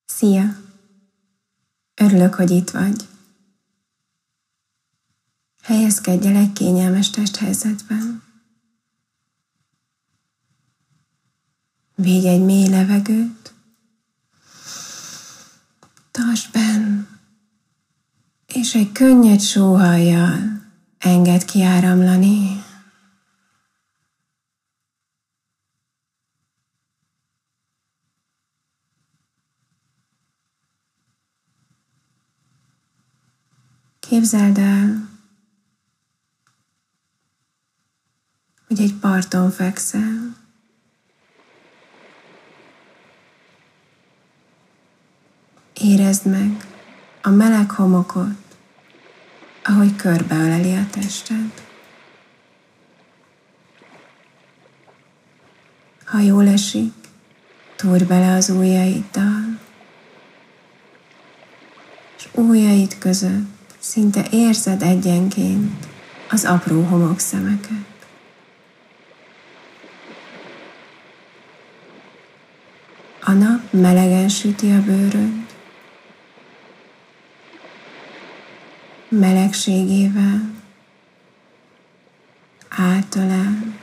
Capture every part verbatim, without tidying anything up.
Szia! Örülök, hogy itt vagy. Helyezkedj el egy kényelmes testhelyzetben. Védj egy mély levegőt. Tartsd benn, és egy könnyed sóhajjal engedd kiáramlani. Képzeld el, hogy egy parton fekszel. Érezd meg a meleg homokot, ahogy körbeöleli a tested. Ha jól esik, túrj bele az ujjaiddal, és ujjaid között szinte érzed egyenként az apró homokszemeket. A nap melegen süti a bőröd, melegségével átölel,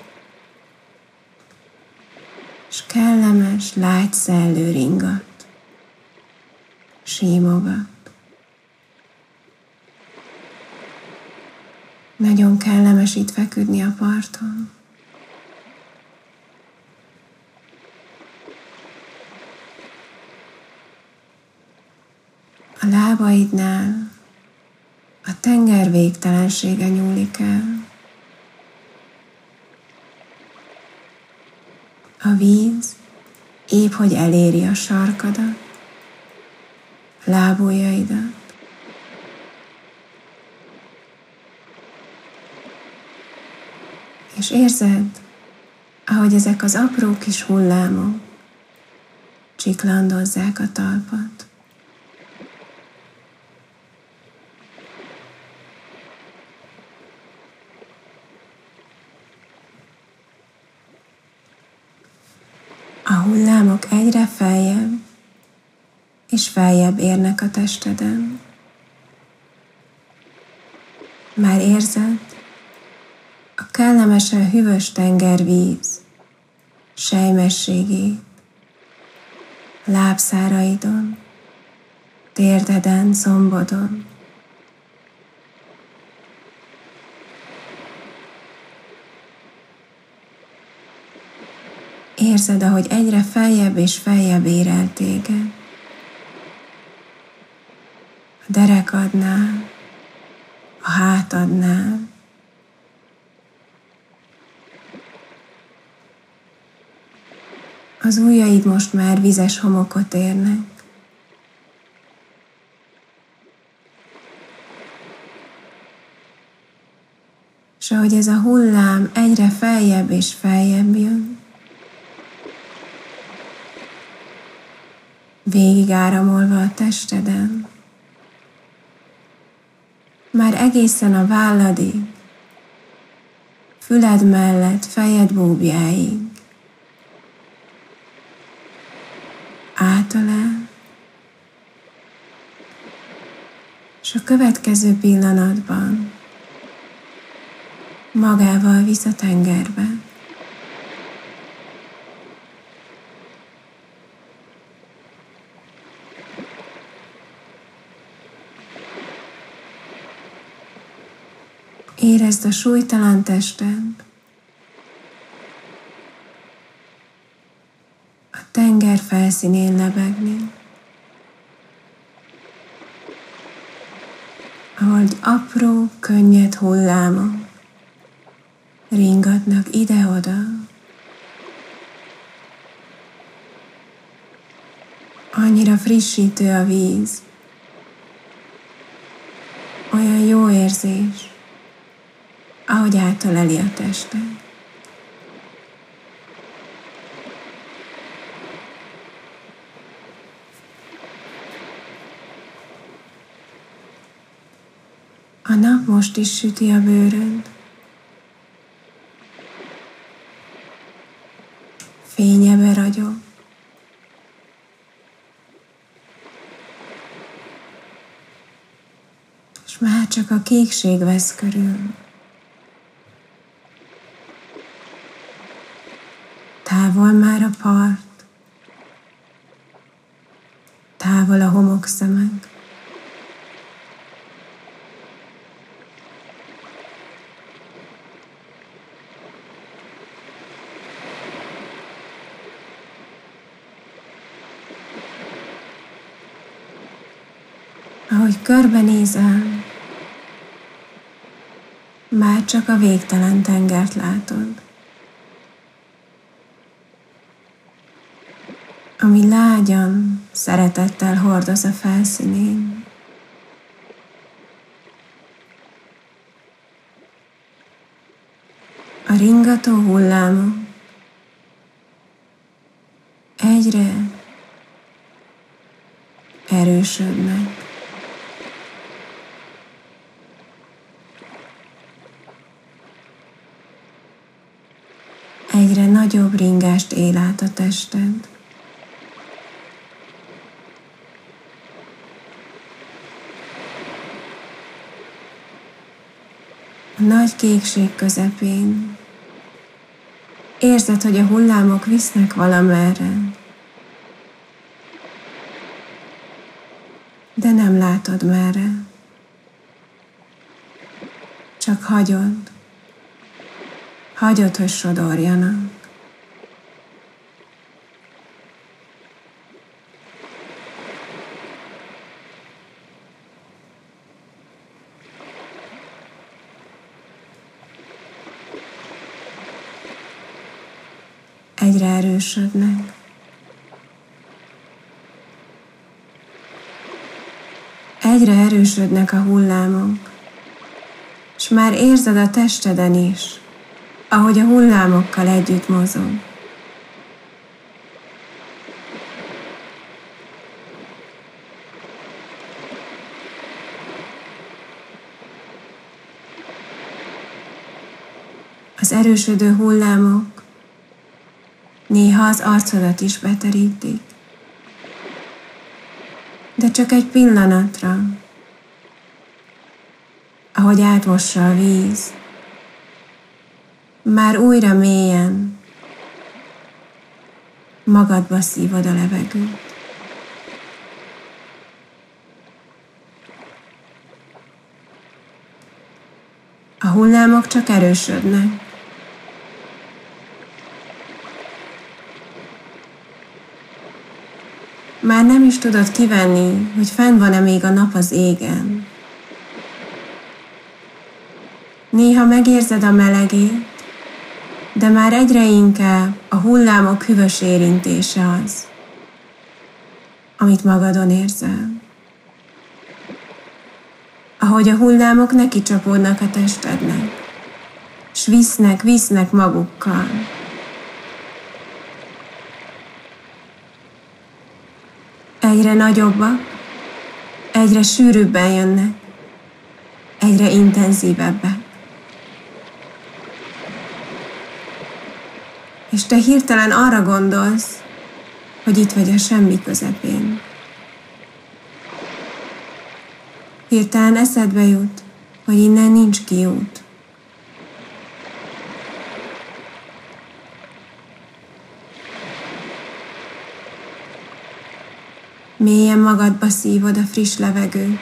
és kellemes, lágy szellő ringat, símogat. Nagyon kellemes itt feküdni a parton. A lábaidnál a tenger végtelensége nyúlik el. A víz épp hogy eléri a sarkadat, a lábujjaidat. És érzed, ahogy ezek az apró kis hullámok csiklandozzák a talpat. A hullámok egyre feljebb és feljebb érnek a testeden. Már érzed a kellemesen hűvös tengervíz sejmességét lábszáraidon, térdeden, combodon. Érzed, ahogy egyre feljebb és feljebb ér el téged. A derekadnál, a hátadnál. Az ujjaid most már vizes homokot érnek. És ahogy ez a hullám egyre feljebb és feljebb jön, végig áramolva a testeden, már egészen a válladig, füled mellett, fejed búbjáig, átölel, és a következő pillanatban magával visz a tengerbe. Érezd a súlytalan tested, a tenger felszínén lebegni, ahogy apró, könnyed hullámok ringatnak ide-oda. Annyira frissítő a víz, olyan jó érzés, ahogy átöleli a testet. A nap most is süti a bőröd. Fényebe ragyog. és már csak a kékség vesz körül. Távol már a part, távol a homokszemeg. Ahogy körbenézel, már csak a végtelen tengert látod, ami lágyan, szeretettel hordoz a felszínén. A ringató hullámok egyre erősödnek. Egyre nagyobb ringást él át a tested. A nagy kékség közepén érzed, hogy a hullámok visznek valamerre, de nem látod merre. Csak hagyod. Hagyod, hogy sodorjanak. Egyre erősödnek. Egyre erősödnek a hullámok, és már érzed a testeden is, ahogy a hullámokkal együtt mozog. Az erősödő hullámok néha az arcodat is beterítik, de csak egy pillanatra, ahogy átmossa a víz, már újra mélyen magadba szívod a levegőt. A hullámok csak erősödnek. Már nem is tudod kivenni, hogy fenn van-e még a nap az égen. Néha megérzed a melegét, de már egyre inkább a hullámok hűvös érintése az, amit magadon érzel. Ahogy a hullámok neki csapódnak a testednek, s visznek, visznek magukkal. Egyre nagyobbak, egyre sűrűbben jönnek, egyre intenzívebbek. És te hirtelen arra gondolsz, hogy itt vagy a semmi közepén. Hirtelen eszedbe jut, hogy innen nincs kiút. Mélyen magadba szívod a friss levegőt,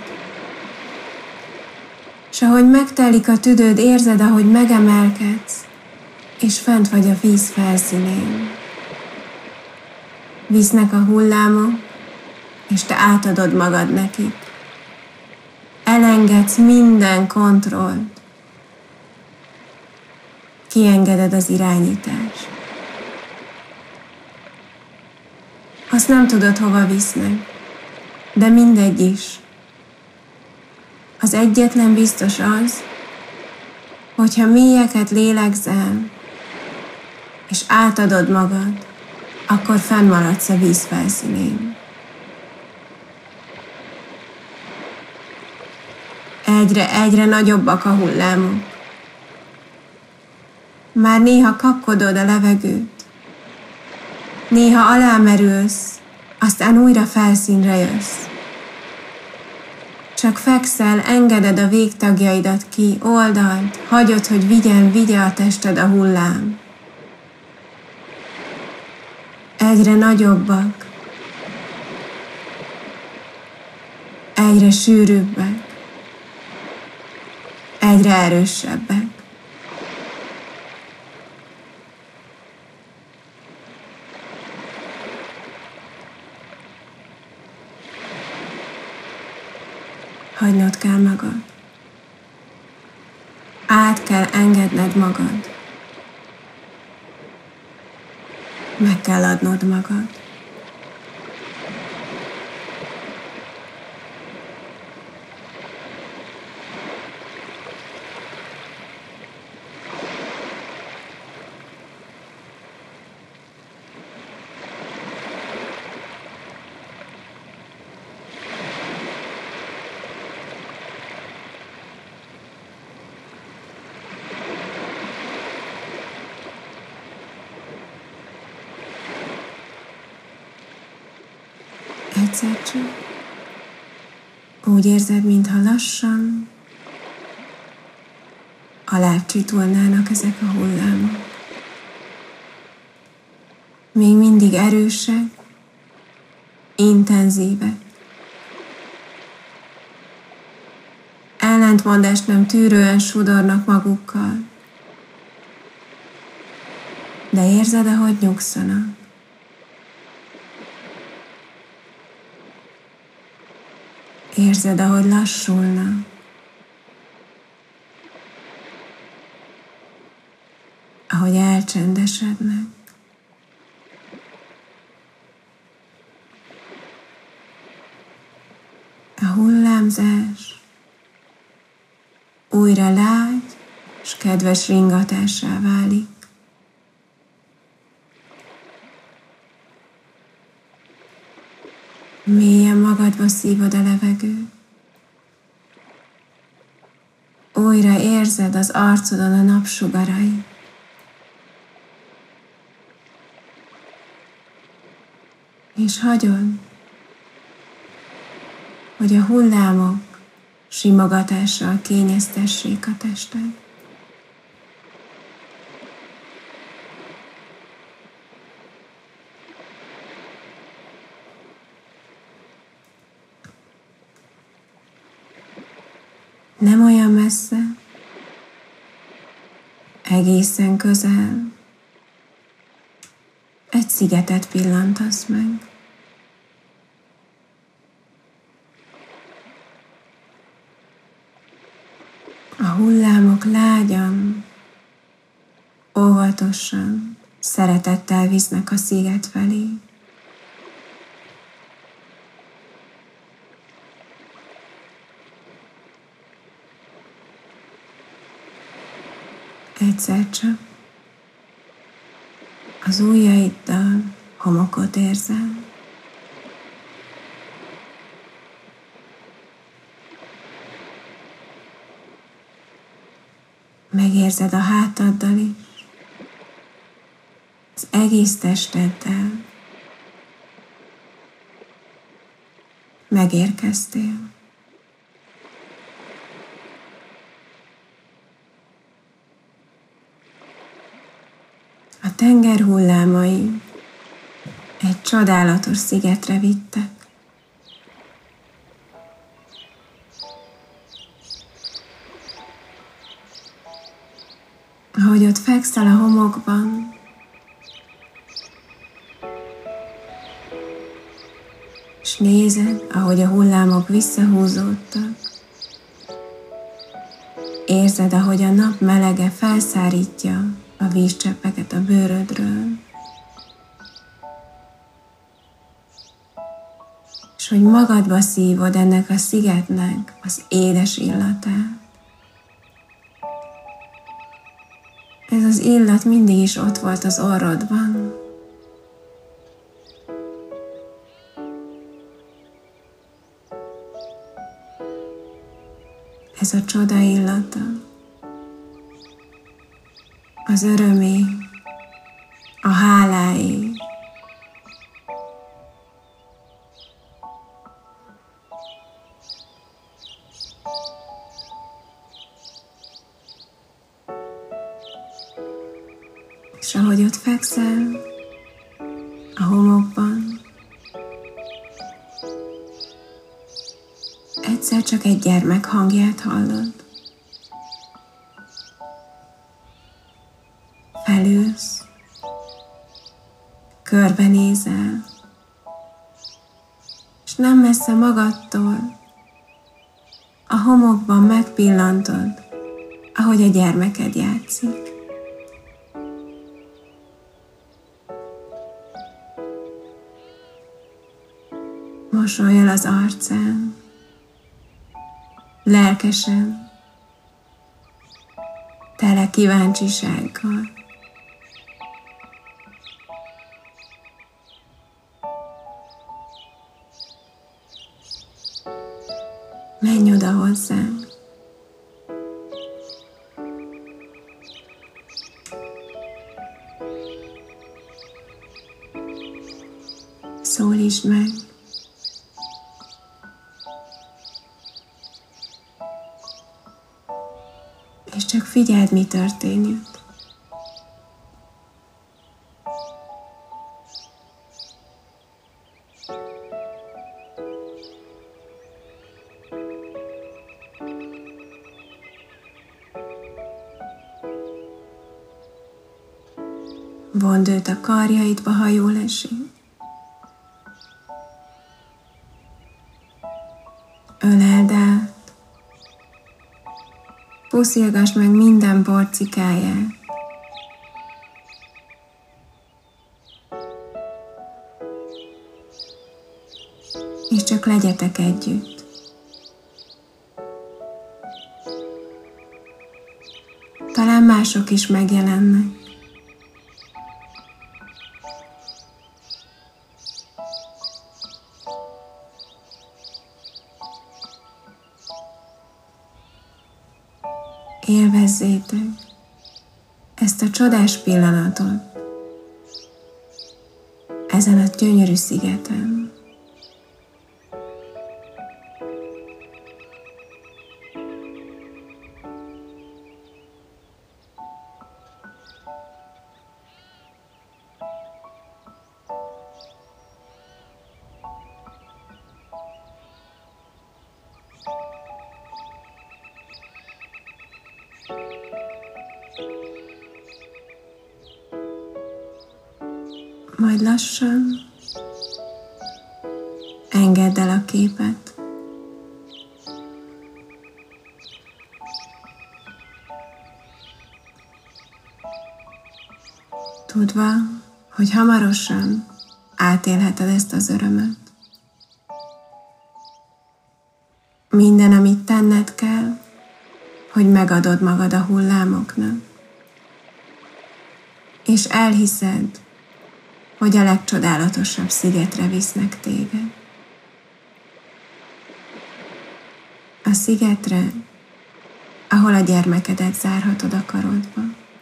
és ahogy megtelik a tüdőd, érzed, ahogy megemelkedsz, és fent vagy a víz felszínén. Visznek a hullámok, és te átadod magad nekik. Elengedsz minden kontrollt. Kiengeded az irányítást. Azt nem tudod, hova visznek, de mindegy is. Az egyetlen biztos az, hogyha mélyeket lélegzel, és átadod magad, akkor fennmaradsz a víz felszínén. Egyre-egyre nagyobbak a hullámok. Már néha kapkodod a levegőt, néha alámerülsz, aztán újra felszínre jössz. Csak fekszel, engeded a végtagjaidat ki, oldalt, hagyod, hogy vigyen, vigye a tested a hullám. Egyre nagyobbak, egyre sűrűbbek, egyre erősebbek. Hagynod kell magad. Át kell engedned magad. Meg kell adnod magad. Egyszer csak úgy érzed, mintha lassan alább csitulnának ezek a hullámok. Még mindig erősek, intenzívek. Ellentmondást nem tűrően sodornak magukkal. De érzed, ahogy nyugszanak. Érzed, ahogy lassulnak. Ahogy elcsendesednek. A hullámzás újra lágy és kedves ringatássá válik. Mélyen magadba szívod a levegőt. Újra érzed az arcodon a napsugarait. És hagyod, hogy a hullámok simogatással kényeztessék a tested. Nem olyan messze, egészen közel, egy szigetet pillantasz meg. A hullámok lágyan, óvatosan, szeretettel visznek a sziget felé. Egyszer csak az ujjaiddal homokot érzel. Megérzed a hátaddal is, az egész testeddel. Megérkeztél. A tenger hullámai egy csodálatos szigetre vittek. Ahogy ott fekszel a homokban, és nézed, ahogy a hullámok visszahúzódtak, érzed, ahogy a nap melege felszárítja a vízcseppeket a bőrödről, és hogy magadba szívod ennek a szigetnek az édes illatát. Ez az illat mindig is ott volt az orrodban. Ez a csoda illata. Az örömé, a háláé. és ahogy ott fekszel a homokban, egyszer csak egy gyermek hangját hallod. Felülsz, körbenézel, és nem messze magadtól a homokban megpillantod, ahogy a gyermeked játszik. Mosolyol az arcán, lelkesen, tele kíváncsisággal. Menj oda hozzám. Szólítsd meg. És csak figyeld, mi történik. Vondd őt a karjaidba, ha jól esik. Öleld át. Puszilgass meg minden porcikáját. És csak legyetek együtt. Talán mások is megjelennek. Élvezzétek ezt a csodás pillanatot ezen a gyönyörű szigeten. Majd lassan engedd el a képet. Tudva, hogy hamarosan átélheted ezt az örömet. Minden, amit tenned kell, hogy megadod magad a hullámoknak, és elhiszed, hogy a legcsodálatosabb szigetre visznek téged. A szigetre, ahol a gyermekedet zárhatod a karodba.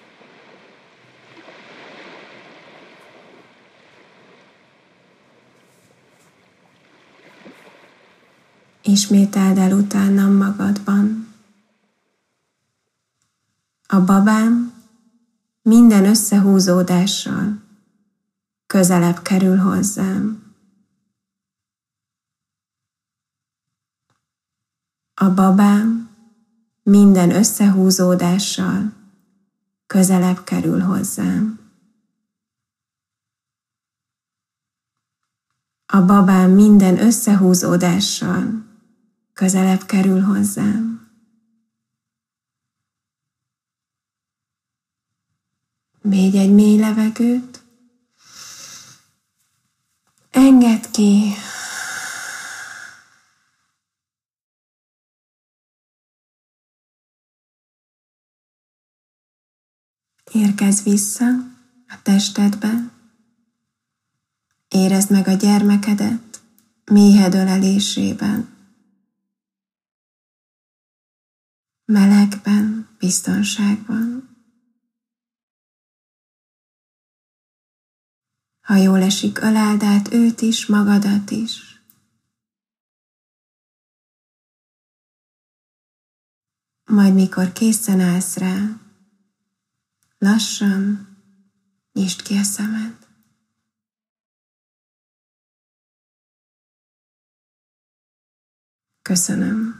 Ismételd el utánam magadban. A babám minden összehúzódással közelebb kerül hozzám. A babám minden összehúzódással közelebb kerül hozzám. A babám minden összehúzódással közelebb kerül hozzám. Védj egy mély levegőt. Engedd ki. Érkezz vissza a testedbe. Érezd meg a gyermekedet méhed ölelésében. Melegben, biztonságban. Ha jól esik, öleld át őt is, magadat is. Majd mikor készen állsz rá, lassan Nyisd ki a szemed. Köszönöm.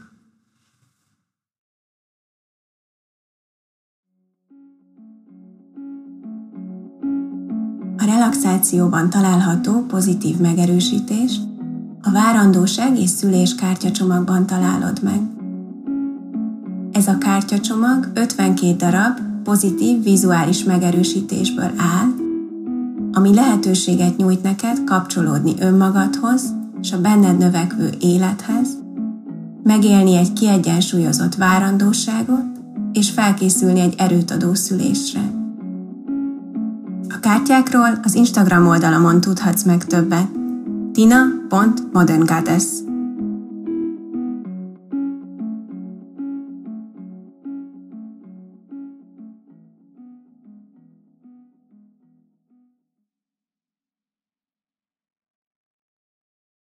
A relaxációban található pozitív megerősítést a várandóság és szülés kártyacsomagban találod meg. Ez a kártyacsomag ötvenkét darab pozitív vizuális megerősítésből áll, ami lehetőséget nyújt neked kapcsolódni önmagadhoz és a benned növekvő élethez, megélni egy kiegyensúlyozott várandóságot és felkészülni egy erőtadó szülésre. A kártyákról az Instagram oldalamon tudhatsz meg többet. tina pont modern goddess